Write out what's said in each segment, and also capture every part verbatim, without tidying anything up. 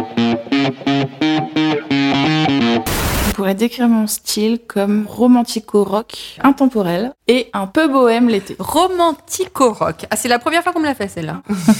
On pourrait décrire mon style comme romantico-rock, intemporel et un peu bohème l'été. Romantico-rock. Ah, c'est la première fois qu'on me l'a fait, celle-là.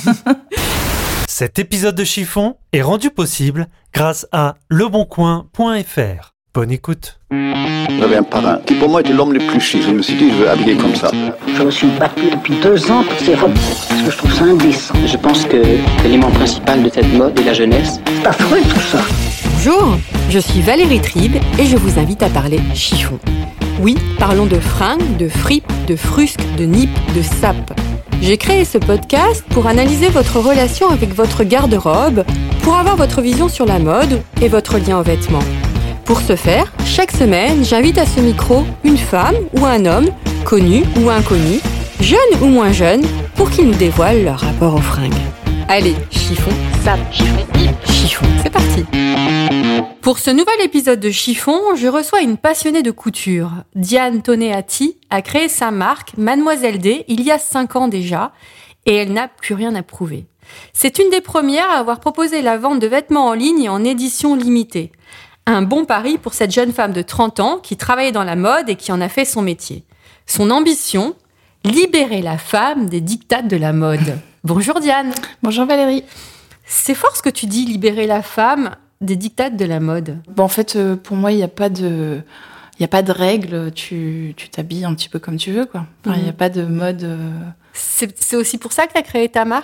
Cet épisode de Chiffon est rendu possible grâce à leboncoin point f r. Bonne écoute. J'avais un parrain qui pour moi était l'homme le plus chic. Je me suis dit, je veux habiller comme ça. Je me suis battu depuis deux ans pour ces robes, parce que je trouve ça indécent. Je pense que l'élément principal de cette mode est la jeunesse. C'est affreux tout ça. Bonjour, je suis Valérie Tribe et je vous invite à parler chiffon. Oui, parlons de fringues, de fripes, de frusques, de nippes, de sapes. J'ai créé ce podcast pour analyser votre relation avec votre garde-robe, pour avoir votre vision sur la mode et votre lien aux vêtements. Pour ce faire, chaque semaine, j'invite à ce micro une femme ou un homme, connu ou inconnu, jeune ou moins jeune, pour qu'ils nous dévoilent leur rapport aux fringues. Allez, chiffon, sape, chiffon, chiffon, c'est parti. Pour ce nouvel épisode de Chiffon, je reçois une passionnée de couture. Diane Toneati a créé sa marque Mademoiselle D il y a cinq ans déjà, et elle n'a plus rien à prouver. C'est une des premières à avoir proposé la vente de vêtements en ligne et en édition limitée. Un bon pari pour cette jeune femme de trente ans qui travaillait dans la mode et qui en a fait son métier. Son ambition, libérer la femme des dictates de la mode. Bonjour Diane. Bonjour Valérie. C'est fort ce que tu dis, libérer la femme des dictates de la mode. Bon, en fait, euh, pour moi, il n'y a pas de... Il n'y a pas de règles, tu, tu t'habilles un petit peu comme tu veux, quoi. Enfin, il n'y a pas de mode... Euh... C'est, c'est aussi pour ça que tu as créé ta marque ?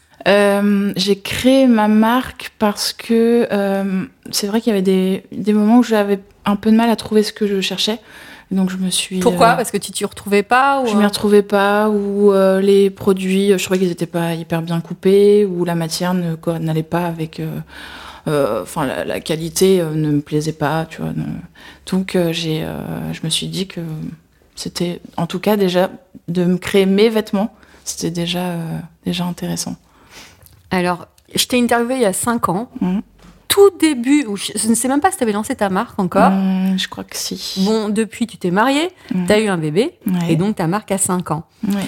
Euh, j'ai créé ma marque parce que euh, c'est vrai qu'il y avait des, des moments où j'avais un peu de mal à trouver ce que je cherchais. Donc je me suis. Pourquoi ? euh, Parce que tu t'y retrouvais pas ou... Je m'y retrouvais pas, ou euh, les produits, je trouvais qu'ils étaient pas hyper bien coupés, ou la matière ne n'allait pas avec. Euh, euh, Enfin, la, la qualité euh, ne me plaisait pas, tu vois. Ne... Donc euh, j'ai, euh, je me suis dit que c'était, en tout cas déjà, de me créer mes vêtements, c'était déjà euh, déjà intéressant. Alors, je t'ai interviewé il y a cinq ans. Mmh. Tout début, où je, je ne sais même pas si tu avais lancé ta marque encore. Mmh, je crois que si. Bon, depuis, tu t'es mariée, mmh. tu as eu un bébé, ouais. et donc ta marque a cinq ans. Ouais.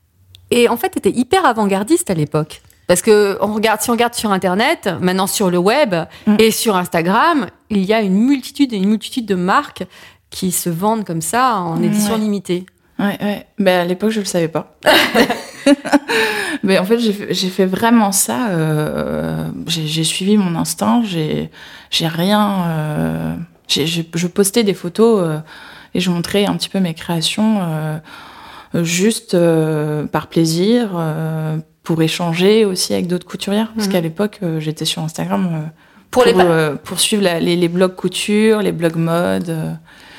Et en fait, tu étais hyper avant-gardiste à l'époque. Parce que on regarde, si on regarde sur Internet, maintenant sur le web mmh. et sur Instagram, il y a une multitude et une multitude de marques qui se vendent comme ça en édition ouais. limitée. Ouais, ouais. Ben, à l'époque, je le savais pas. Mais en fait, j'ai fait, j'ai fait vraiment ça. Euh, j'ai, j'ai suivi mon instinct. J'ai, j'ai rien. Euh, j'ai, j'ai, je postais des photos euh, et je montrais un petit peu mes créations euh, juste euh, par plaisir, euh, pour échanger aussi avec d'autres couturières. Parce mmh. qu'à l'époque, euh, j'étais sur Instagram euh, pour, pour, les euh, pour suivre la, les, les blogs couture, les blogs mode. Euh,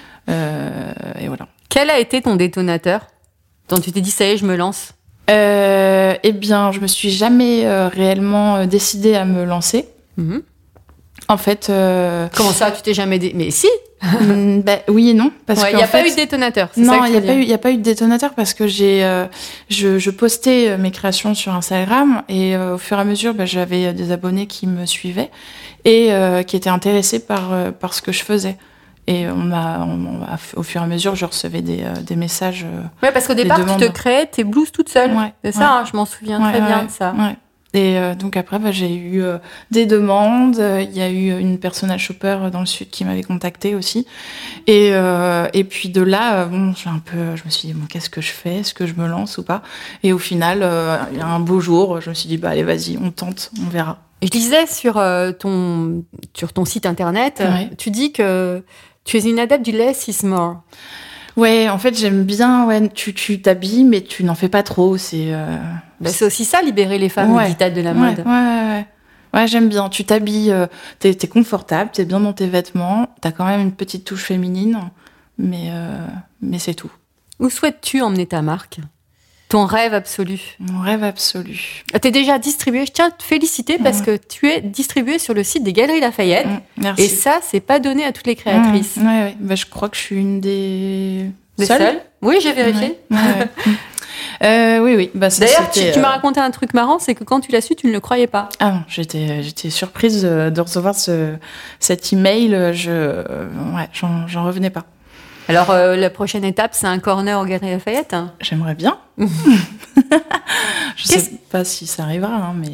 euh, et voilà. Quel a été ton détonateur ? Quand tu t'es dit, ça y est, je me lance ? Euh, eh bien, je me suis jamais euh, réellement décidée à me lancer. Mmh. En fait... Euh... Comment ça, tu t'es jamais... Dé... Mais si mmh, bah, oui et non. Il ouais, n'y a fait... pas eu de détonateur, c'est non, ça que il n'y a, a pas eu de détonateur parce que j'ai, euh, je, je postais mes créations sur Instagram et euh, au fur et à mesure, bah, j'avais des abonnés qui me suivaient et euh, qui étaient intéressés par, euh, par ce que je faisais. Et on a, on a, au fur et à mesure, je recevais des, euh, des messages. Euh, ouais, parce qu'au départ, tu te créais tes blouses toute seule. Ouais, c'est ouais. ça, hein, je m'en souviens ouais, très ouais, bien de ça. Ouais. Et euh, donc après, bah, j'ai eu euh, des demandes. Il euh, y a eu une personal shopper dans le sud qui m'avait contactée aussi. Et, euh, et puis de là, euh, bon, j'ai un peu, je me suis dit, bon, qu'est-ce que je fais ? Est-ce que je me lance ou pas ? Et au final, euh, il y a un beau jour, je me suis dit, bah allez, vas-y, on tente, on verra. Je disais sur, euh, ton, sur ton site internet, ouais. tu dis que tu es une adepte du less is more. Ouais, en fait, j'aime bien, ouais, tu, tu t'habilles, mais tu n'en fais pas trop. C'est, euh... bah, c'est aussi ça, libérer les femmes ouais. des dictates de la ouais, mode. Ouais, ouais, ouais. Ouais, j'aime bien. Tu t'habilles, euh, t'es, t'es confortable, t'es bien dans tes vêtements, t'as quand même une petite touche féminine, mais, euh, mais c'est tout. Où souhaites-tu emmener ta marque ? Ton rêve absolu. Mon rêve absolu. T'es déjà distribué. Je tiens à te féliciter parce mmh. que tu es distribué sur le site des Galeries Lafayette. Mmh, merci. Et ça, c'est pas donné à toutes les créatrices. Mmh, ouais, ouais. Bah, je crois que je suis une des, des seules. seules. Oui, j'ai vérifié. Ouais, ouais. euh, oui, oui. Bah, ça, d'ailleurs, tu, euh... tu m'as raconté un truc marrant, c'est que quand tu l'as su, tu ne le croyais pas. Ah non, j'étais, j'étais surprise de recevoir ce, cet email. Je, ouais, j'en, j'en revenais pas. Alors, euh, la prochaine étape, c'est un corner au Galeries Lafayette ? J'aimerais bien. Je Qu'est-ce... sais pas si ça arrivera, hein, mais...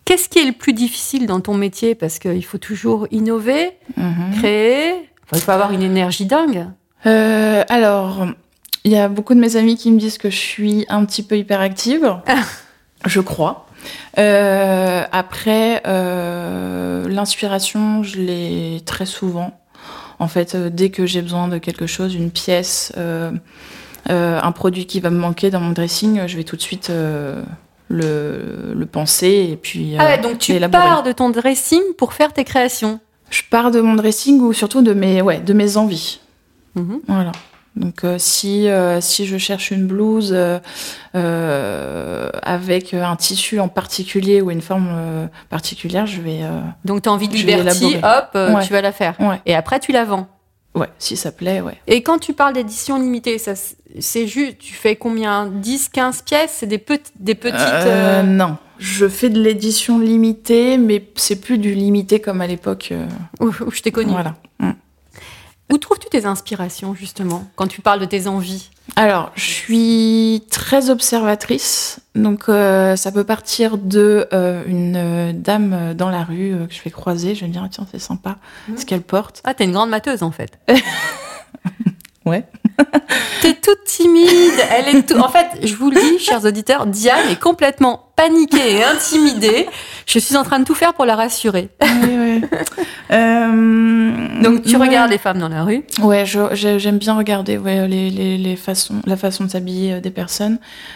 Qu'est-ce qui est le plus difficile dans ton métier ? Parce qu'il faut toujours innover, Mhm. créer. Enfin, il faut avoir une énergie dingue. Euh, alors, il y a beaucoup de mes amis qui me disent que je suis un petit peu hyperactive. Je crois. Euh, après, euh, l'inspiration, je l'ai très souvent. En fait, euh, dès que j'ai besoin de quelque chose, une pièce, euh, euh, un produit qui va me manquer dans mon dressing, je vais tout de suite euh, le, le penser et puis Ah ouais, euh, donc tu l'élaborer. pars de ton dressing pour faire tes créations. Je pars de mon dressing ou surtout de mes, ouais, de mes envies. Mhm. Voilà. Donc euh, si, euh, si je cherche une blouse euh, euh, avec un tissu en particulier ou une forme euh, particulière, je vais... euh, Donc tu as envie de Je vais Liberty, élaborer. hop, euh, Ouais. tu vas la faire. Ouais, Et après, tu la vends. ouais, si ça plaît, ouais. Et quand tu parles d'édition limitée, ça, c'est juste, tu fais combien ? dix, quinze pièces ? C'est des, petits, des petites... Euh, euh, non, je fais de l'édition limitée, mais c'est plus du limité comme à l'époque. euh, où, où je t'ai connue. Voilà. Mm. Où trouves-tu tes inspirations, justement, quand tu parles de tes envies ? Alors, je suis très observatrice, donc euh, ça peut partir de euh, une euh, dame dans la rue euh, que je vais croiser, je vais me dire, ah, tiens, c'est sympa Mhm. ce qu'elle porte. Ah, t'es une grande mateuse, en fait. Ouais. T'es toute timide. Elle est tout... En fait, je vous le dis, chers auditeurs, Diane est complètement paniquée et intimidée. Je suis en train de tout faire pour la rassurer. Ouais, ouais. Euh, Donc, tu ouais. regardes les femmes dans la rue. Ouais, je- je- j'aime bien regarder ouais, les, les, les façons, la façon de s'habiller euh, des personnes.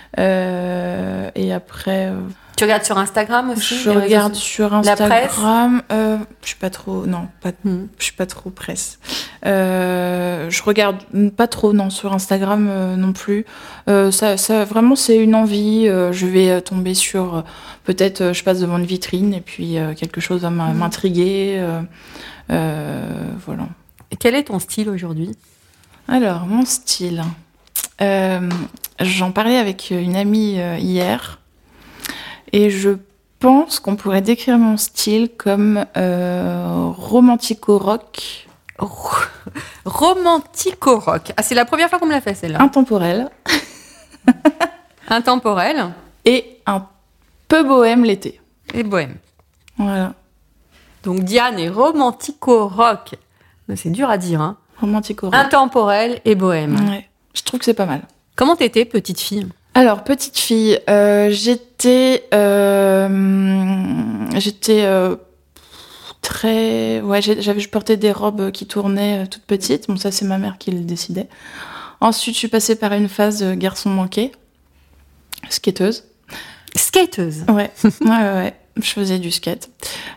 Euh, et après, euh, Tu regardes sur Instagram aussi. je les réseaux regarde sociaux. sur La presse. Instagram. Euh, je suis pas trop, non, pas, Hmm. je suis pas trop presse. Euh, je regarde pas trop, non, sur Instagram euh, non plus. Euh, ça, ça, vraiment, c'est une envie. Euh, je vais euh, tomber sur, euh, peut-être, euh, je passe devant une vitrine et puis euh, quelque chose va m'a- Mhm. m'intriguer. Euh, euh, voilà. Et quel est ton style aujourd'hui ? Alors, mon style. Euh, j'en parlais avec une amie euh, hier. Et je pense qu'on pourrait décrire mon style comme euh, romantico-rock, Romantico-rock. Ah, c'est la première fois qu'on me l'a fait, celle-là. intemporel Intemporel et un peu bohème l'été. et bohème. Voilà, Donc, Diane est romantico-rock. Mais c'est dur à dire, hein. romantico-rock. Intemporel et bohème. Ouais, je trouve que c'est pas mal. Comment t'étais, petite fille ? Alors, petite fille, euh, j'étais... euh, j'étais... euh, très... Ouais, j'ai- j'avais, je portais des robes qui tournaient euh, toutes petites. Bon, ça, c'est ma mère qui le décidait. Ensuite, je suis passée par une phase de garçon manqué. Skateuse. Skateuse. Ouais, ouais, ouais, ouais. Je faisais du skate.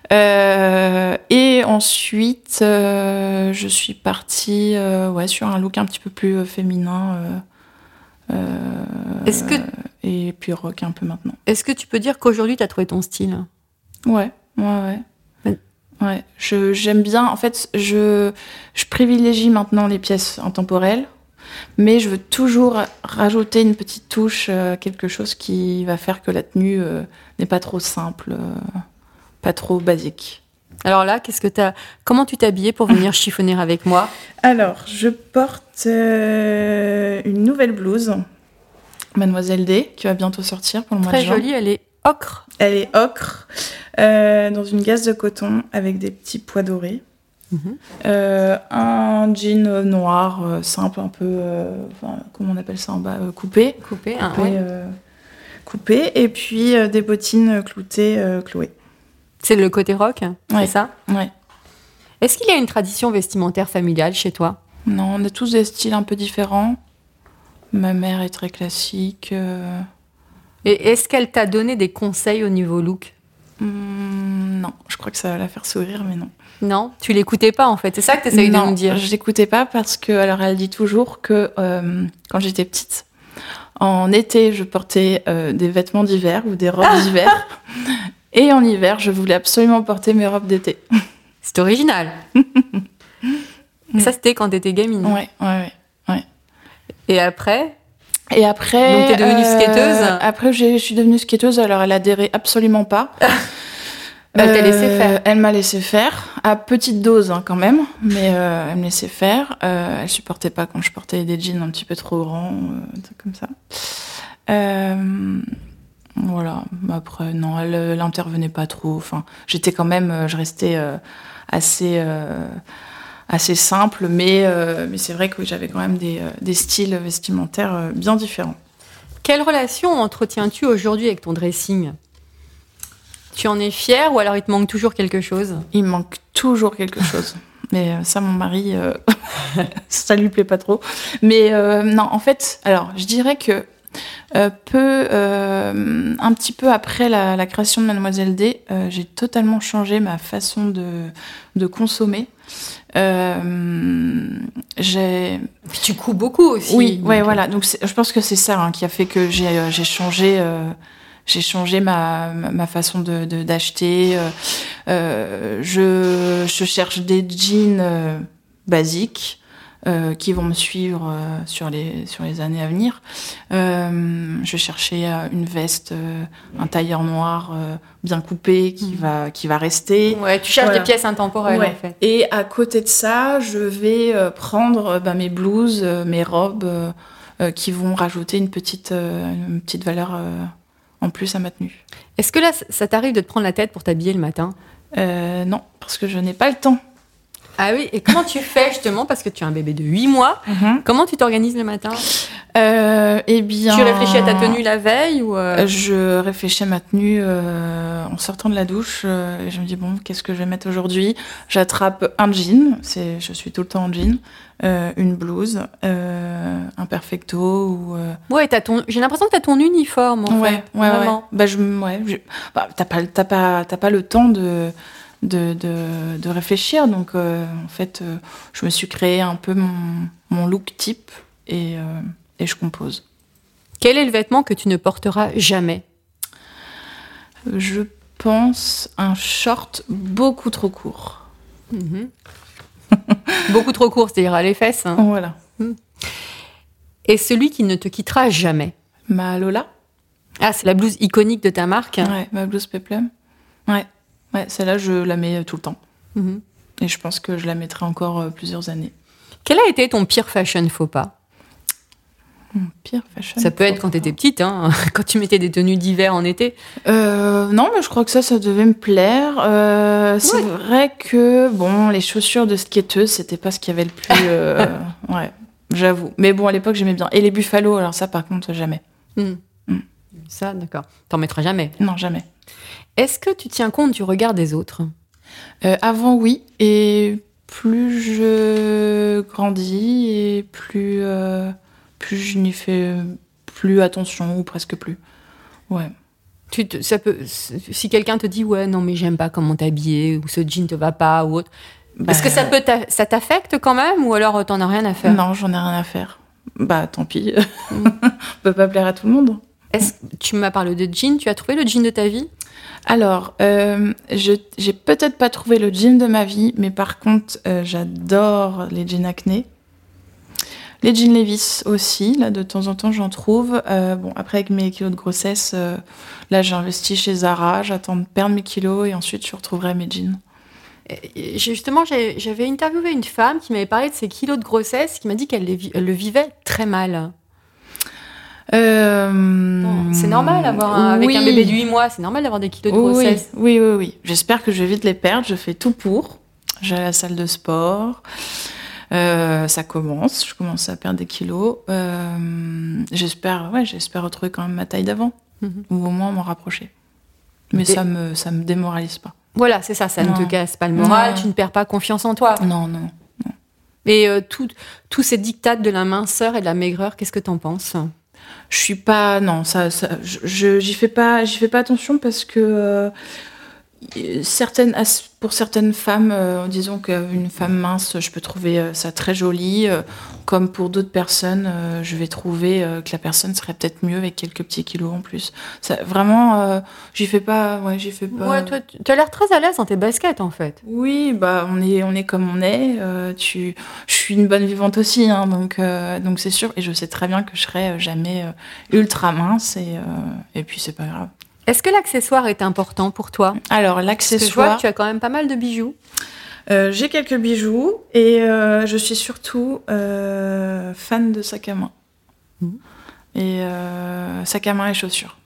Euh, et ensuite, euh, je suis partie euh, ouais, sur un look un petit peu plus euh, féminin. Euh, euh, Est-ce que, et puis rock un peu maintenant. est-ce que tu peux dire qu'aujourd'hui, t'as trouvé ton style ? Ouais, ouais, ouais. Ouais. Ouais, je, j'aime bien. En fait, je, je privilégie maintenant les pièces intemporelles, mais je veux toujours rajouter une petite touche, euh, quelque chose qui va faire que la tenue euh, n'est pas trop simple, euh, pas trop basique. Alors là, qu'est-ce que t'as... Comment tu t'es habillée pour venir chiffonner avec moi ? Alors, je porte euh, une nouvelle blouse, Mademoiselle D, qui va bientôt sortir pour le mois Très de juin. jolie, elle est ocre. Elle est ocre, euh, dans une gaze de coton avec des petits pois dorés. Mhm. Euh, un jean noir euh, simple, un peu, euh, enfin, comment on appelle ça en bas, euh, coupé. Coupée, hein, Coupé, ouais. euh, coupé. Et puis euh, des bottines cloutées, euh, clouées. C'est le côté rock, Ouais. c'est ça ? Ouais. Est-ce qu'il y a une tradition vestimentaire familiale chez toi ? Non, on a tous des styles un peu différents. Ma mère est très classique. euh, Et est-ce qu'elle t'a donné des conseils au niveau look ? hmm, non, je crois que ça va la faire sourire, mais non. Non ? Tu l'écoutais pas, en fait. C'est ça que tu essayes de Non, me dire. je l'écoutais pas parce que, alors elle dit toujours que euh, quand j'étais petite, en été, je portais euh, des vêtements d'hiver ou des robes d'hiver. Et en hiver, je voulais absolument porter mes robes d'été. C'est original. Ça, c'était quand t'étais gamine. Ouais, ouais, ouais. Et après ? Et après. Donc, t'es devenue skateuse ? Après, j'ai- je suis devenue skateuse, alors elle adhérait absolument pas. Elle t'a laissé Euh, faire. Elle m'a laissé faire, à petite dose hein, quand même, mais euh, elle me laissait faire. Euh, elle supportait pas quand je portais des jeans un petit peu trop grands, euh, des trucs comme ça. Euh, Voilà. Après, non, elle, elle intervenait pas trop. Enfin, j'étais quand même, je restais euh, assez, euh, assez simple, mais, euh, mais c'est vrai que j'avais quand même des, des styles vestimentaires euh, bien différents. Quelle relation entretiens-tu aujourd'hui avec ton dressing ? Tu en es fière ou alors il te manque toujours quelque chose ? Il me manque toujours quelque chose. Mais euh, ça, mon mari, euh, ça lui plaît pas trop. Mais euh, non, en fait, alors, je dirais que euh, peu, euh, un petit peu après la, la création de Mademoiselle D, euh, j'ai totalement changé ma façon de, de consommer. Euh, j'ai... Puis tu couds beaucoup aussi. Oui, donc... ouais, voilà. Donc, c'est, je pense que c'est ça hein, qui a fait que j'ai, euh, j'ai changé... Euh, J'ai changé ma, ma, ma façon de, de, d'acheter. Euh, euh, je, je cherche des jeans euh, basiques euh, qui vont me suivre euh, sur, les, sur les années à venir. Euh, je cherchais euh, une veste, euh, un tailleur noir euh, bien coupé qui, mmh. va, qui va rester. Ouais, tu cherches voilà. des pièces intemporelles ouais. en fait. Et à côté de ça, je vais euh, prendre euh, bah, mes blouses, euh, mes robes euh, euh, qui vont rajouter une petite, euh, une petite valeur... Euh, en plus à ma tenue. Est-ce que là, ça t'arrive de te prendre la tête pour t'habiller le matin ? euh, Non, parce que je n'ai pas le temps. Ah oui, et comment tu fais justement, parce que tu as un bébé de huit mois, mm-hmm. comment tu t'organises le matin ? euh, Eh bien... Tu réfléchis à ta tenue la veille ou euh... Je réfléchis à ma tenue euh, en sortant de la douche. Euh, et je me dis, bon, qu'est-ce que je vais mettre aujourd'hui ? J'attrape un jean, c'est, je suis tout le temps en jean, euh, une blouse, euh, un perfecto ou... Euh... Ouais, t'as ton... j'ai l'impression que tu as ton uniforme en ouais, fait. Ouais, vraiment. ouais. Bah, je, ouais je... bah, t'as, pas, t'as, pas, t'as pas le temps de... De, de, de réfléchir. Donc, euh, en fait, euh, je me suis créé un peu mon, mon look type et, euh, et je compose. Quel est le vêtement que tu ne porteras jamais ? Je pense un short beaucoup trop court. Mm-hmm. Beaucoup trop court, c'est-à-dire à les fesses. Hein. Voilà. Mm. Et celui qui ne te quittera jamais ? Ma Lola. Ah, c'est la blouse iconique de ta marque. Ouais, ma blouse Peplum. Ouais. Ouais, celle-là, je la mets tout le temps. Mmh. Et je pense que je la mettrai encore euh, plusieurs années. Quel a été ton pire fashion faux pas ? Mon pire fashion Ça peut être quand tu étais petite, hein, quand tu mettais des tenues d'hiver en été. Euh, non, mais je crois que ça, ça devait me plaire. Euh, c'est ouais. vrai que, bon, les chaussures de skateuse, c'était pas ce qu'il y avait le plus... Euh, ouais, j'avoue. Mais bon, à l'époque, j'aimais bien. Et les buffalo, alors ça, par contre, jamais. Mmh. Mmh. Ça, d'accord. T'en mettras jamais ? Non, jamais. Est-ce que tu tiens compte du regard des autres ? euh, Avant, oui. Et plus je grandis et plus, euh, plus je n'y fais plus attention ou presque plus. Ouais. Tu te, ça peut, si quelqu'un te dit « Ouais, non, mais j'aime pas comment t'es habillée » ou « Ce jean te va pas » ou autre, bah, est-ce que ça, peut ça t'affecte quand même ou alors t'en as rien à faire ? Non, j'en ai rien à faire. Bah, tant pis. Mm. On peut pas plaire à tout le monde. Est-ce, tu m'as parlé de jean. Tu as trouvé le jean de ta vie ? Alors, euh, je, j'ai peut-être pas trouvé le jean de ma vie, mais par contre, euh, j'adore les jeans acné. Les jeans Levi's aussi, là, de temps en temps, j'en trouve. Euh, bon, après, avec mes kilos de grossesse, euh, là, j'ai investi chez Zara, j'attends de perdre mes kilos et ensuite, je retrouverai mes jeans. Et justement, j'ai, j'avais interviewé une femme qui m'avait parlé de ses kilos de grossesse, qui m'a dit qu'elle les, elle le vivait très mal. Euh, bon, c'est normal avoir un, avec oui. un bébé de huit mois, c'est normal d'avoir des kilos de grossesse. Oui, oui, oui, oui. J'espère que je vais vite les perdre. Je fais tout pour. J'ai à la salle de sport. Euh, ça commence. Je commence à perdre des kilos. Euh, j'espère, ouais, j'espère retrouver quand même ma taille d'avant, mm-hmm. ou au moins m'en rapprocher. Mais et... ça me, ça me démoralise pas. Voilà, c'est ça. Ça non. ne te casse pas le moral. Non. Tu ne perds pas confiance en toi. Non, non. non. Et euh, tous ces dictats de la minceur et de la maigreur, qu'est-ce que t'en penses ? Je suis pas, non, ça, ça je, j'y fais pas, j'y fais pas attention parce que euh, certaines, pour certaines femmes, euh, disons qu'une femme mince, je peux trouver ça très joli, euh, comme pour d'autres personnes, euh, je vais trouver euh, que la personne serait peut-être mieux avec quelques petits kilos en plus. Ça, vraiment, euh, j'y fais pas, ouais, j'y fais pas. Ouais, toi, tu as l'air très à l'aise dans tes baskets en fait. Oui, bah on est, on est comme on est. Euh, tu, je suis une bonne vivante aussi, hein, donc, euh, donc c'est sûr. Et je sais très bien que je serai jamais euh, ultra mince et, euh, et puis c'est pas grave. Est-ce que l'accessoire est important pour toi ? Alors l'accessoire. Parce que je vois que tu as quand même pas mal de bijoux. Euh, j'ai quelques bijoux et euh, je suis surtout euh, fan de sac à main. Mmh. Et euh, sac à main et chaussures.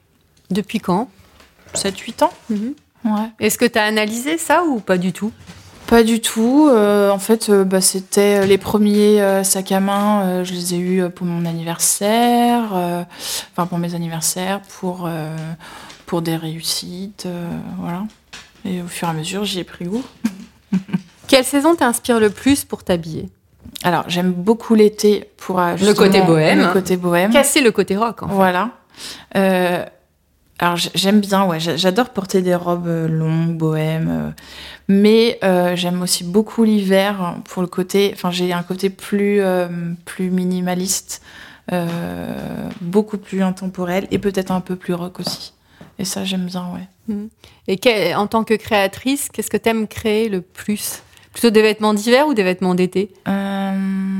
Depuis quand ? sept huit ans. Mhm. Ouais. Est-ce que tu as analysé ça ou pas du tout ? Pas du tout. Euh, en fait, euh, bah, c'était les premiers euh, sacs à main. Euh, je les ai eus pour mon anniversaire, euh, enfin pour mes anniversaires, pour euh, pour des réussites, euh, voilà. Et au fur et à mesure, j'y ai pris goût. Quelle saison t'inspire le plus pour t'habiller ? Alors, j'aime beaucoup l'été pour euh, Le côté bohème. Le côté bohème. Casser le côté rock, en fait. Voilà. Euh, alors, j'aime bien, ouais, j'adore porter des robes longues, bohèmes, euh, mais euh, j'aime aussi beaucoup l'hiver pour le côté. Enfin, j'ai un côté plus, euh, plus minimaliste, euh, beaucoup plus intemporel et peut-être un peu plus rock aussi. Et ça, j'aime bien, ouais. Et que, en tant que créatrice, qu'est-ce que t'aimes créer le plus ? Plutôt des vêtements d'hiver ou des vêtements d'été ? euh,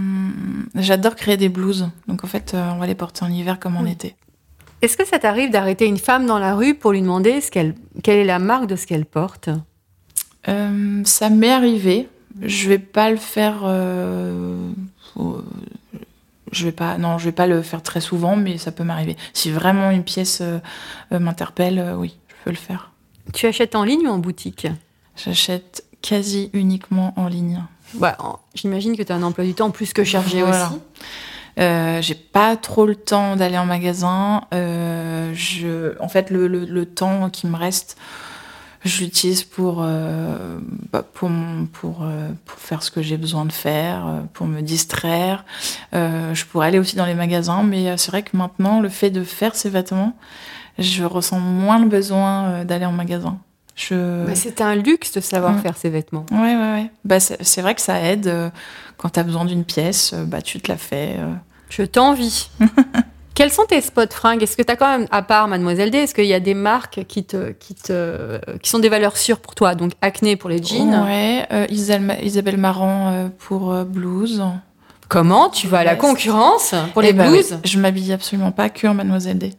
J'adore créer des blouses. Donc, en fait, euh, on va les porter en hiver comme en oui. été. Est-ce que ça t'arrive d'arrêter une femme dans la rue pour lui demander ce qu'elle, quelle est la marque de ce qu'elle porte ? euh, Ça m'est arrivé. Je vais pas le faire... Euh, euh, je vais pas, non, je vais pas le faire très souvent, mais ça peut m'arriver. Si vraiment une pièce euh, euh, m'interpelle, euh, oui, je peux le faire. Tu achètes en ligne ou en boutique ? J'achète quasi uniquement en ligne. Bah, j'imagine que tu as un emploi du temps plus que chargé voilà. aussi. Euh, j'ai pas trop le temps d'aller en magasin. Euh, je, en fait, le, le, le temps qui me reste, je l'utilise pour, euh, bah, pour, pour, euh, pour faire ce que j'ai besoin de faire, pour me distraire. Euh, je pourrais aller aussi dans les magasins, mais c'est vrai que maintenant, le fait de faire ces vêtements, je ressens moins le besoin d'aller en magasin. Je... Bah, c'est un luxe de savoir mmh. faire ces vêtements. Ouais, ouais, ouais. Bah, c'est, c'est vrai que ça aide. Euh, quand tu as besoin d'une pièce, euh, bah, tu te la fais. Euh... Je t'envie. Quels sont tes spots fringues ? Est-ce que tu as quand même, à part Mademoiselle D, est-ce qu'il y a des marques qui, te, qui, te, qui sont des valeurs sûres pour toi ? Donc Acné pour les jeans. Ouais, euh, Isabelle, Isabelle Marant euh, pour euh, blouses. Comment ? Tu vas à la concurrence pour les bah, blouses ? oui. Je m'habille absolument pas que en Mademoiselle D.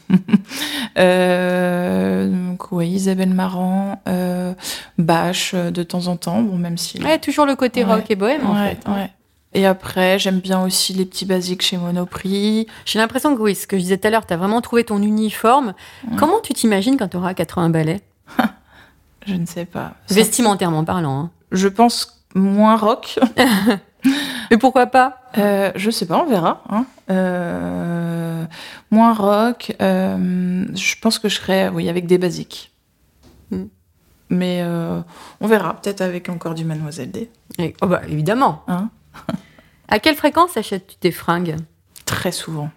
euh, donc ouais, Isabelle Marant, euh, Bâche de temps en temps, bon même si. Ouais, toujours le côté ouais. rock et bohème en ouais, fait. Hein. Ouais. Et après, j'aime bien aussi les petits basiques chez Monoprix. J'ai l'impression que oui, ce que je disais tout à l'heure, tu as vraiment trouvé ton uniforme. Ouais. Comment tu t'imagines quand tu auras quatre-vingts balais ? Je ne sais pas. Vestimentairement parlant. Hein. Je pense moins rock. Mais pourquoi pas ? euh, Je sais pas, on verra. Hein. Euh, moins rock. Euh, je pense que je serais, oui, avec des basiques. Mm. Mais euh, on verra, peut-être avec encore du Mademoiselle D. Et, oh bah, évidemment. Hein. À quelle fréquence achètes-tu tes fringues ? Très souvent.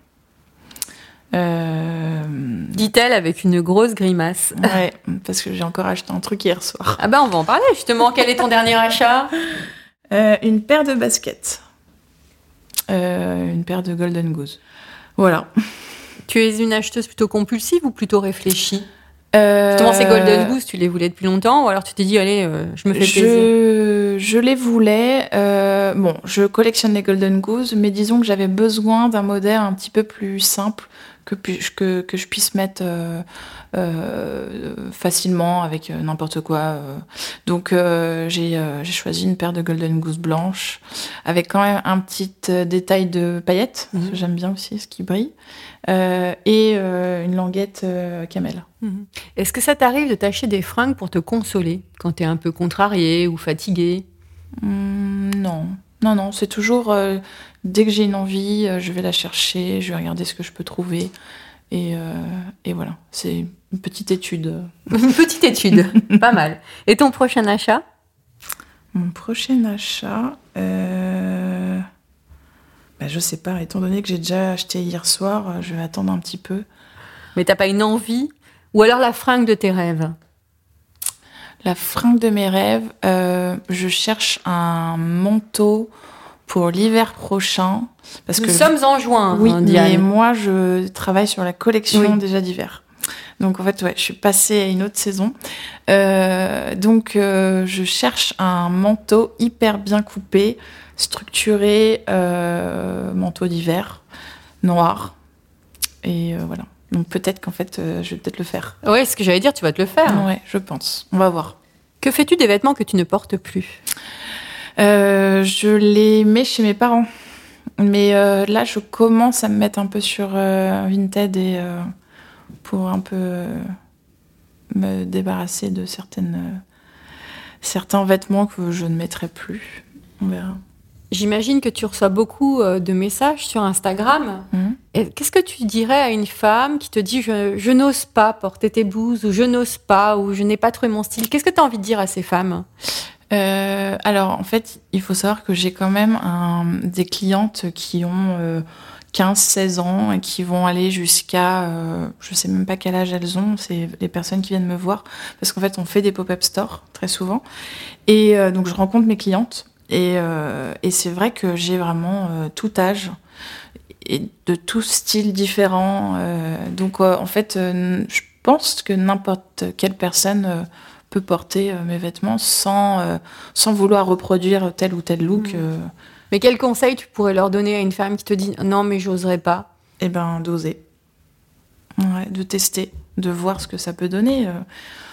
Euh... Dit-elle avec une grosse grimace. Ouais, parce que j'ai encore acheté un truc hier soir. Ah bah on va en parler justement. Quel est ton dernier achat ? euh, Une paire de baskets. Euh, une paire de Golden Goose. Voilà. Tu es une acheteuse plutôt compulsive ou plutôt réfléchie ? Euh... Justement, ces Golden Goose, tu les voulais depuis longtemps ou alors tu t'es dit, allez, euh, je me fais je... plaisir ? Je les voulais. Euh... Bon, je collectionne les Golden Goose, mais disons que j'avais besoin d'un modèle un petit peu plus simple que, que, que je puisse mettre euh, euh, facilement avec euh, n'importe quoi. Euh. Donc, euh, j'ai, euh, j'ai choisi une paire de Golden Goose blanches avec quand même un petit euh, détail de paillettes, mmh. parce que j'aime bien aussi ce qui brille. Euh, et euh, une languette euh, camel. Mmh. Est-ce que ça t'arrive de t'acheter des fringues pour te consoler quand t'es un peu contrariée ou fatiguée ? mmh, Non, non, non. C'est toujours euh, dès que j'ai une envie, euh, je vais la chercher, je vais regarder ce que je peux trouver, et, euh, et voilà. C'est une petite étude. Une petite étude, pas mal. Et ton prochain achat ? Mon prochain achat. Euh... Ben, je sais pas, étant donné que j'ai déjà acheté hier soir, je vais attendre un petit peu. Mais t'as pas une envie ? Ou alors la fringue de tes rêves ? La fringue de mes rêves, euh, je cherche un manteau pour l'hiver prochain. Parce Nous que sommes je... en juin, oui, hein, mais moi je travaille sur la collection oui. déjà d'hiver. Donc en fait, ouais, je suis passée à une autre saison. Euh, donc euh, je cherche un manteau hyper bien coupé, structuré, euh, manteau d'hiver, noir. Et euh, voilà. Donc peut-être qu'en fait, euh, je vais peut-être le faire. Ouais, ce que j'allais dire, tu vas te le faire. Ouais, je pense. On va voir. Que fais-tu des vêtements que tu ne portes plus ? euh, Je les mets chez mes parents. Mais euh, là, je commence à me mettre un peu sur euh, Vinted et... Euh, pour un peu euh, me débarrasser de certaines, euh, certains vêtements que je ne mettrai plus. On verra. J'imagine que tu reçois beaucoup euh, de messages sur Instagram. Mmh. Et qu'est-ce que tu dirais à une femme qui te dit je, je n'ose pas porter tes blouses, ou je n'ose pas, ou je n'ai pas trouvé mon style? Qu'est-ce que tu as envie de dire à ces femmes? euh, Alors, en fait, il faut savoir que j'ai quand même un, des clientes qui ont euh, quinze seize ans et qui vont aller jusqu'à... Euh, je sais même pas quel âge elles ont, c'est les personnes qui viennent me voir. Parce qu'en fait, on fait des pop-up stores, très souvent. Et euh, donc, je rencontre mes clientes. Et, euh, et c'est vrai que j'ai vraiment euh, tout âge et de tout style différent. Euh, donc, euh, en fait, euh, je pense que n'importe quelle personne euh, peut porter euh, mes vêtements sans, euh, sans vouloir reproduire tel ou tel look. Mmh. Euh, Mais quel conseil tu pourrais leur donner à une femme qui te dit non, mais j'oserais pas? Eh ben, d'oser. Ouais, de tester, de voir ce que ça peut donner. Euh,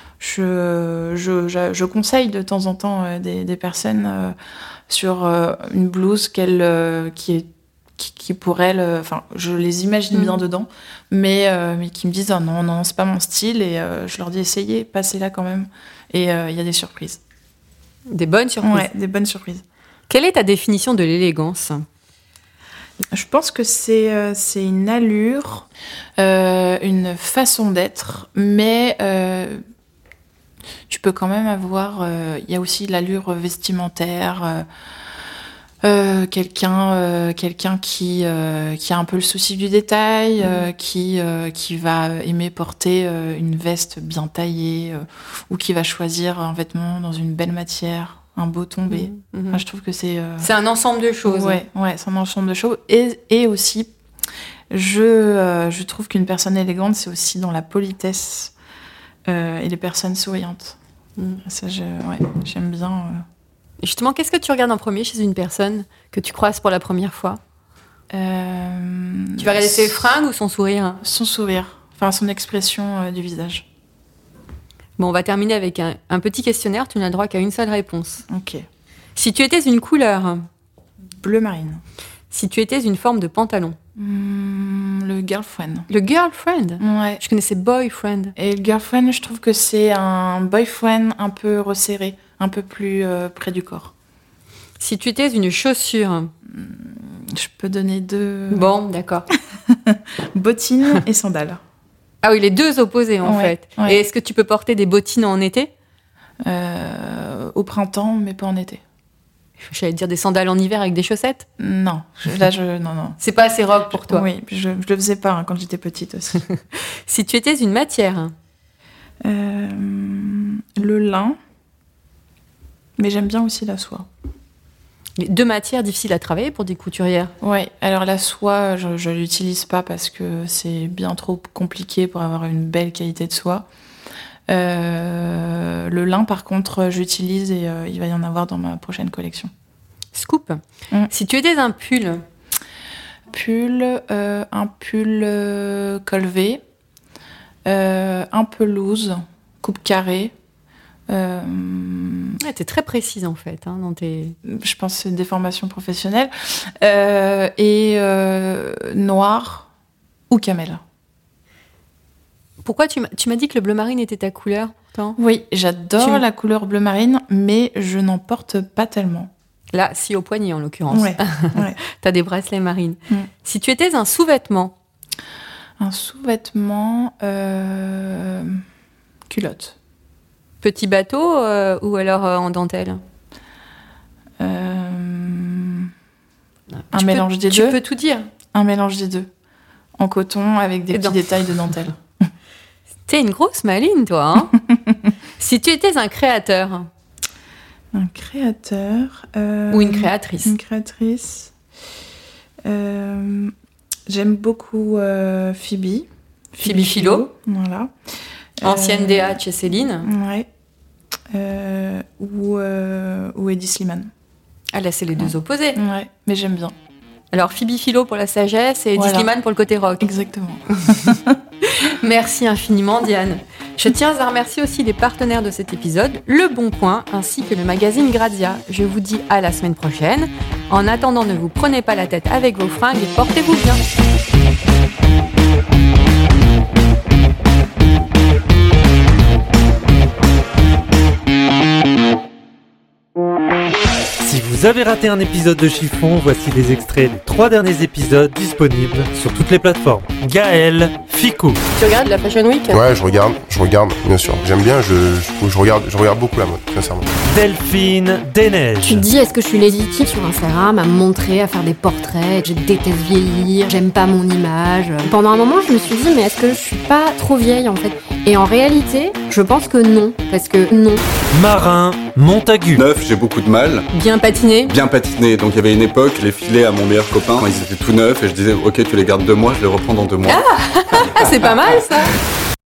Je, je, je, je conseille de temps en temps euh, des, des personnes euh, sur euh, une blouse qu'elle, euh, qui, est, qui, qui pour elles, enfin, euh, je les imagine mmh. bien dedans, mais, euh, mais qui me disent oh non, non, c'est pas mon style, et euh, je leur dis essayez, passez là quand même, et il euh, y a des surprises. Des bonnes surprises? Ouais, des bonnes surprises. Quelle est ta définition de l'élégance? Je pense que c'est, euh, c'est une allure, euh, une façon d'être, mais... Euh, tu peux quand même avoir... Il euh, y a aussi l'allure vestimentaire, euh, euh, quelqu'un, euh, quelqu'un qui, euh, qui a un peu le souci du détail, euh, qui, euh, qui va aimer porter euh, une veste bien taillée, euh, ou qui va choisir un vêtement dans une belle matière, un beau tombé. Mmh. Enfin, je trouve que c'est... Euh... C'est un ensemble de choses. Ouais, ouais, c'est un ensemble de choses. Et, et aussi, je, euh, je trouve qu'une personne élégante, c'est aussi dans la politesse. Euh, et les personnes souriantes. Mmh. Ça, je, ouais, j'aime bien. Euh... Justement, qu'est-ce que tu regardes en premier chez une personne que tu croises pour la première fois? euh... Tu vas regarder ses fringues ou son sourire? Son sourire, enfin son expression euh, du visage. Bon, on va terminer avec un, un petit questionnaire. Tu n'as le droit qu'à une seule réponse. Ok. Si tu étais une couleur? Bleu marine. Si tu étais une forme de pantalon? Mmh, le girlfriend. Le girlfriend? Ouais. Je connaissais boyfriend. Et le girlfriend, je trouve que c'est un boyfriend un peu resserré, un peu plus euh, près du corps. Si tu étais une chaussure? Mmh, je peux donner deux... Bon, d'accord. Bottines et sandales. Ah oui, les deux opposés en ouais, fait. Ouais. Et est-ce que tu peux porter des bottines en été? euh, Au printemps, mais pas en été. J'allais dire des sandales en hiver avec des chaussettes? Non, je, là je non non. C'est pas assez rock pour toi? Oui, je, je le faisais pas hein, quand j'étais petite aussi. Si tu étais une matière? euh, Le lin, mais j'aime bien aussi la soie. Les deux matières difficiles à travailler pour des couturières. Ouais, alors la soie, je, je l'utilise pas parce que c'est bien trop compliqué pour avoir une belle qualité de soie. Euh, le lin, par contre, j'utilise et euh, il va y en avoir dans ma prochaine collection. Scoop. Mm. Si tu étais un pull? Pull, euh, un pull euh, col V, euh, un peu loose, coupe carrée. Euh, Ouais, t'es très précise en fait hein, dans tes... je pense que c'est des formations professionnelles. Euh, et euh, noir ou camel. Pourquoi tu m'as, tu m'as dit que le bleu marine était ta couleur pourtant? Oui, j'adore Tu... la couleur bleu marine, mais je n'en porte pas tellement. Là, si au poignet en l'occurrence. Ouais, ouais. T'as des bracelets marines. Mm. Si tu étais un sous-vêtement? Un sous-vêtement, euh, culotte. Petit bateau euh, ou alors euh, en dentelle? Euh, un tu mélange peux, des tu deux. Tu peux tout dire. Un mélange des deux. En coton avec des Et petits dans... détails de dentelle. T'es une grosse maline, toi. Hein. Si tu étais un créateur? Un créateur. Euh, ou une créatrice? Une créatrice. Euh, j'aime beaucoup euh, Phoebe. Phoebe Philo. Voilà. Ancienne euh, D A chez Céline. Ouais. Euh, ou, euh, ou Eddie Slimane. Ah là, c'est les deux opposés. Ouais, mais j'aime bien. Alors, Phoebe Philo pour la sagesse et Eddie Voilà. Slimane pour le côté rock. Exactement. Merci infiniment, Diane. Je tiens à remercier aussi les partenaires de cet épisode, Le Bon Coin, ainsi que le magazine Grazia. Je vous dis à la semaine prochaine. En attendant, ne vous prenez pas la tête avec vos fringues et portez-vous bien. Si vous avez raté un épisode de Chiffon, voici des extraits des trois derniers épisodes disponibles sur toutes les plateformes. Gaël Ficou. Tu regardes la Fashion Week ? Ouais, je regarde, je regarde, bien sûr. J'aime bien, je, je, je regarde, je regarde beaucoup la mode, sincèrement. Delphine Desneiges. Tu te dis, est-ce que je suis légitime sur Instagram à me montrer, à faire des portraits, je déteste vieillir, j'aime pas mon image. Pendant un moment, je me suis dit, mais est-ce que je suis pas trop vieille en fait ? Et en réalité, je pense que non, parce que non. Marin Montagu. Neuf, j'ai beaucoup de mal. Bien patiné ? Bien patiné. Donc il y avait une époque, je les filais à mon meilleur copain, ils étaient tout neufs et je disais ok tu les gardes deux mois, je les reprends dans deux mois. Ah, c'est pas mal ça.